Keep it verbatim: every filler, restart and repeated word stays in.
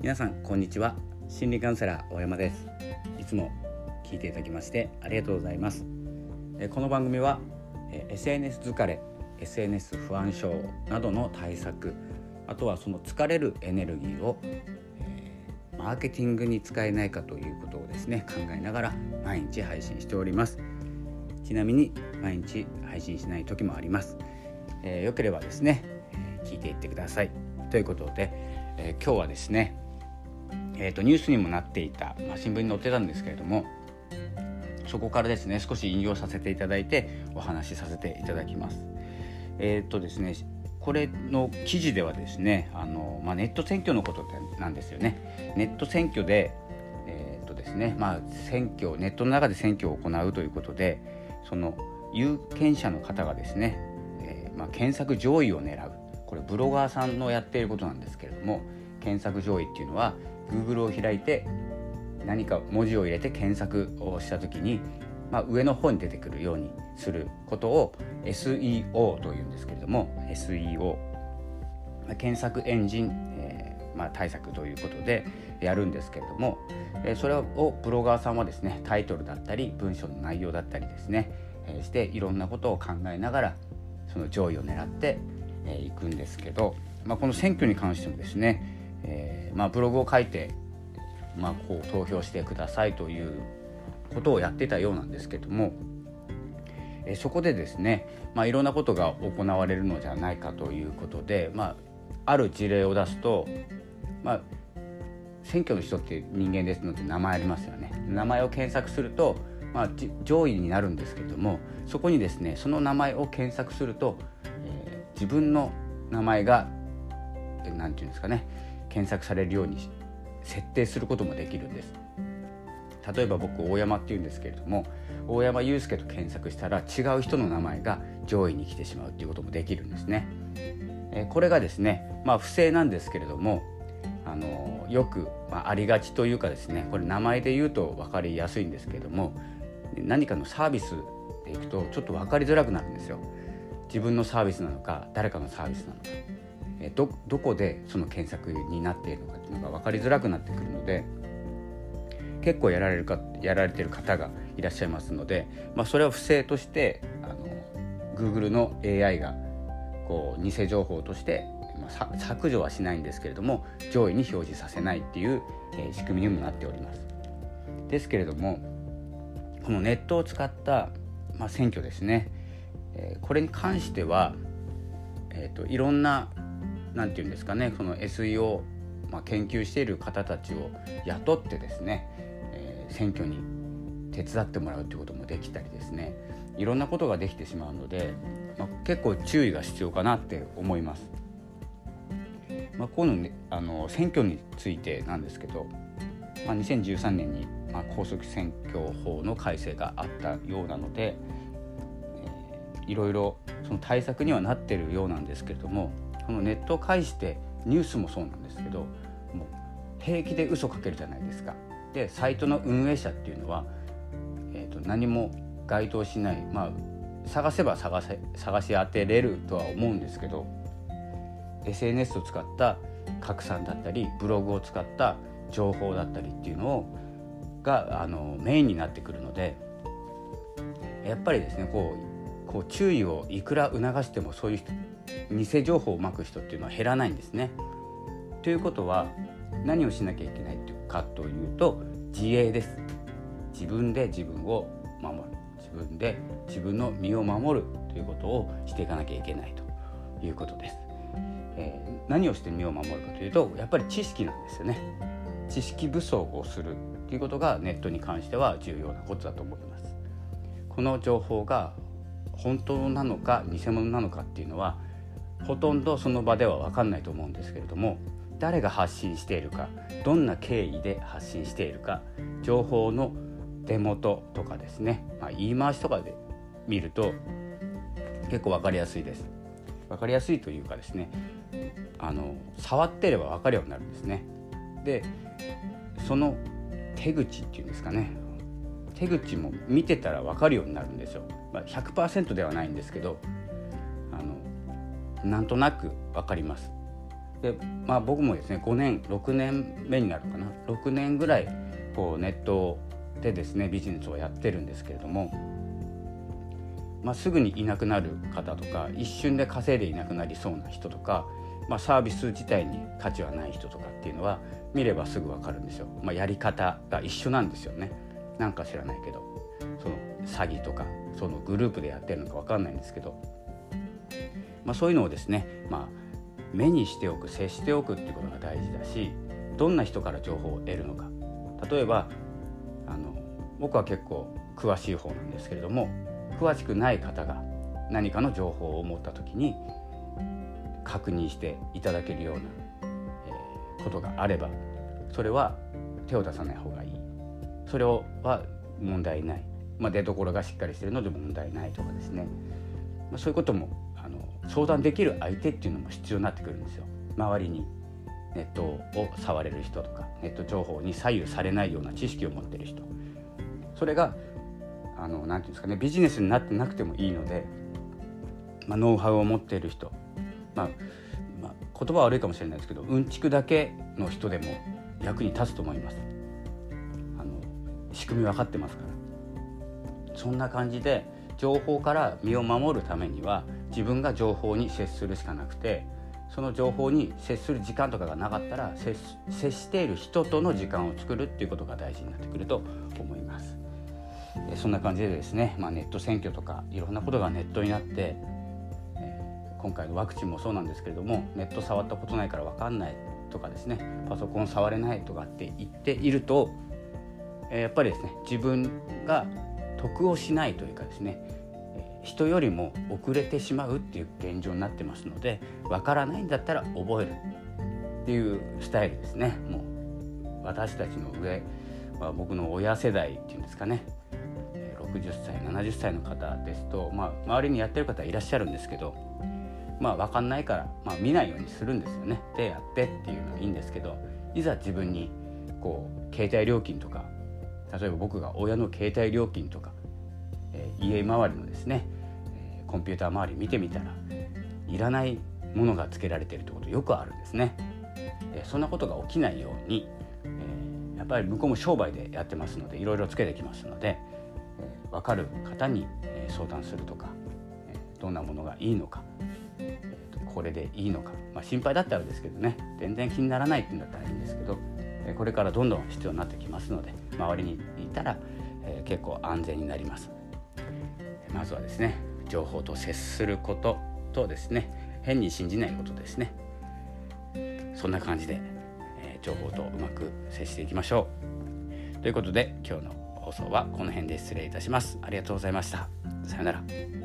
皆さんこんにちは。心理カウンセラー大山です。いつも聞いていただきましてありがとうございます。この番組は エスエヌエス 疲れ、エスエヌエス 不安症などの対策、あとはその疲れるエネルギーを、えー、マーケティングに使えないかということをですね考えながら毎日配信しております。ちなみに毎日配信しない時もあります。えー、よければですね、えー、聞いていってくださいということで、えー、今日はですねえー、とニュースにもなっていた、まあ、新聞に載ってたんですけれども、そこからですね少し引用させていただいてお話しさせていただきます。えっ、ー、とですねこれの記事ではですねあの、まあ、ネット選挙のことなんですよね。ネット選挙で、えーとですねまあ、選挙ネットの中で選挙を行うということで、その有権者の方がですね、えーまあ、検索上位を狙う、これブロガーさんのやっていることなんですけれども、検索上位っていうのはGoogle を開いて何か文字を入れて検索をしたときに、まあ、上の方に出てくるようにすることを エスイーオー というんですけれども、 エスイーオー 検索エンジン、えーまあ、対策ということでやるんですけれども、えー、それをブロガーさんはですねタイトルだったり文章の内容だったりですね、えー、していろんなことを考えながらその上位を狙ってい、えー、くんですけど、まあ、この選挙に関してもですねえーまあ、ブログを書いて、まあ、こう投票してくださいということをやってたようなんですけども、えー、そこでですね、まあ、いろんなことが行われるのではないかということで、まあ、ある事例を出すと、まあ、選挙の人って人間ですので名前ありますよね。名前を検索すると、まあ、上位になるんですけども、そこにですねその名前を検索すると、えー、自分の名前がなんていうんですかね検索されるように設定することもできるんです。例えば僕大山っていうんですけれども、大山祐介と検索したら違う人の名前が上位に来てしまうっていうこともできるんですね。えー、これがですね、まあ、不正なんですけれども、あのー、よく、まあ、ありがちというかですね、これ名前で言うと分かりやすいんですけれども、何かのサービスでいくとちょっと分かりづらくなるんですよ。自分のサービスなのか誰かのサービスなのか、ど, どこでその検索になっているのかっていうのが分かりづらくなってくるので、結構やられるかやられている方がいらっしゃいますので、まあ、それは不正としてあの Google の エーアイ がこう偽情報として、まあ、削除はしないんですけれども上位に表示させないっていう、えー、仕組みにもなっております。ですけれどもこのネットを使った、まあ、選挙ですね、えー、これに関しては、えーと、いろんななんていうんですかね、この エスイーオー、まあ、研究している方たちを雇ってですね、えー、選挙に手伝ってもらうということもできたりですね、いろんなことができてしまうので、まあ、結構注意が必要かなって思います。まあ、この、ね、あの選挙についてなんですけど、まあ、にせんじゅうさんねんに、まあ、公職選挙法の改正があったようなので、えー、いろいろその対策にはなっているようなんですけれども、このネットを介してニュースもそうなんですけど、もう平気で嘘かけるじゃないですか。でサイトの運営者っていうのは、えー、と何も該当しない、まあ、探せば探せ探し当てれるとは思うんですけど、 エスエヌエス を使った拡散だったりブログを使った情報だったりっていうのをがあのメインになってくるので、やっぱりですねこう、こう注意をいくら促してもそういう人偽情報をまく人っていうのは減らないんですね。ということは何をしなきゃいけないかというと、自衛です。自分で自分を守る、自分で自分の身を守るということをしていかなきゃいけないということです。えー、何をして身を守るかというと、やっぱり知識なんですよね。知識武装をするということがネットに関しては重要なことだと思います。この情報が本当なのか偽物なのかっていうのはほとんどその場では分かんないと思うんですけれども、誰が発信しているか、どんな経緯で発信しているか、情報の出元とかですね、まあ、言い回しとかで見ると結構分かりやすいです。分かりやすいというかですね、あの触ってれば分かるようになるんですね。でその手口っていうんですかね、手口も見てたら分かるようになるんですよ。まあ、ひゃくパーセント ではないんですけど、あのなんとなく分かります。 で、まあ、僕もですねごねんろくねんめになるかなろくねんぐらいこうネットでですねビジネスをやってるんですけれども、まあ、すぐにいなくなる方とか一瞬で稼いでいなくなりそうな人とか、まあ、サービス自体に価値はない人とかっていうのは見ればすぐ分かるんですよ。まあ、やり方が一緒なんですよね。なんか知らないけどその詐欺とかそのグループでやってるのか分かんないんですけど、まあ、そういうのをですね、まあ、目にしておく接しておくっていうことが大事だし、どんな人から情報を得るのか、例えばあの僕は結構詳しい方なんですけれども、詳しくない方が何かの情報を持った時に確認していただけるような、えー、ことがあればそれは手を出さない方がいい。それは問題ない、まあ、出所がしっかりしているので問題ないとかですね、まあ、そういうこともあの相談できる相手っていうのも必要になってくるんですよ。周りにネットを触れる人とかネット情報に左右されないような知識を持っている人、それがあのなんていうんですかね、ビジネスになってなくてもいいので、まあ、ノウハウを持っている人、まあまあ、言葉は悪いかもしれないですけどうんちくだけの人でも役に立つと思います。あの仕組み分かってますから。そんな感じで情報から身を守るためには自分が情報に接するしかなくて、その情報に接する時間とかがなかったら 接, 接している人との時間を作るっていうことが大事になってくると思います。そんな感じでですね、まあ、ネット選挙とかいろんなことがネットになって、えー、今回のワクチンもそうなんですけれども、ネット触ったことないから分かんないとかですね、パソコン触れないとかって言っていると、えー、やっぱりですね自分が得をしないというかですね、えー、人よりも遅れてしまうっていう現状になってますので、分からないんだったら覚えるっていうスタイルですね。もう私たちの上、まあ、僕の親世代っていうんですかね、ろくじゅっさいななじゅっさいの方ですと、まあ、周りにやってる方いらっしゃるんですけど、まあ分かんないから、まあ、見ないようにするんですよね。でやってっていうのはいいんですけど、いざ自分にこう携帯料金とか、例えば僕が親の携帯料金とか、えー、家周りのですね、えー、コンピューター周り見てみたらいらないものが付けられているってことよくあるんですね。えー、そんなことが起きないように、えー、やっぱり向こうも商売でやってますのでいろいろつけてきますので、えー、分かる方に、えー、相談するとか、えー、どんなものがいいのか、えー、とこれでいいのか、まあ、心配だったらですけどね、全然気にならないっていうんだったらいいんですけど、えー、これからどんどん必要になってきますので、周りにいたら、えー、結構安全になります。まずはですね、情報と接することとですね、変に信じないことですね。そんな感じで、えー、情報とうまく接していきましょうということで、今日の放送はこの辺で失礼いたします。ありがとうございました。さよなら。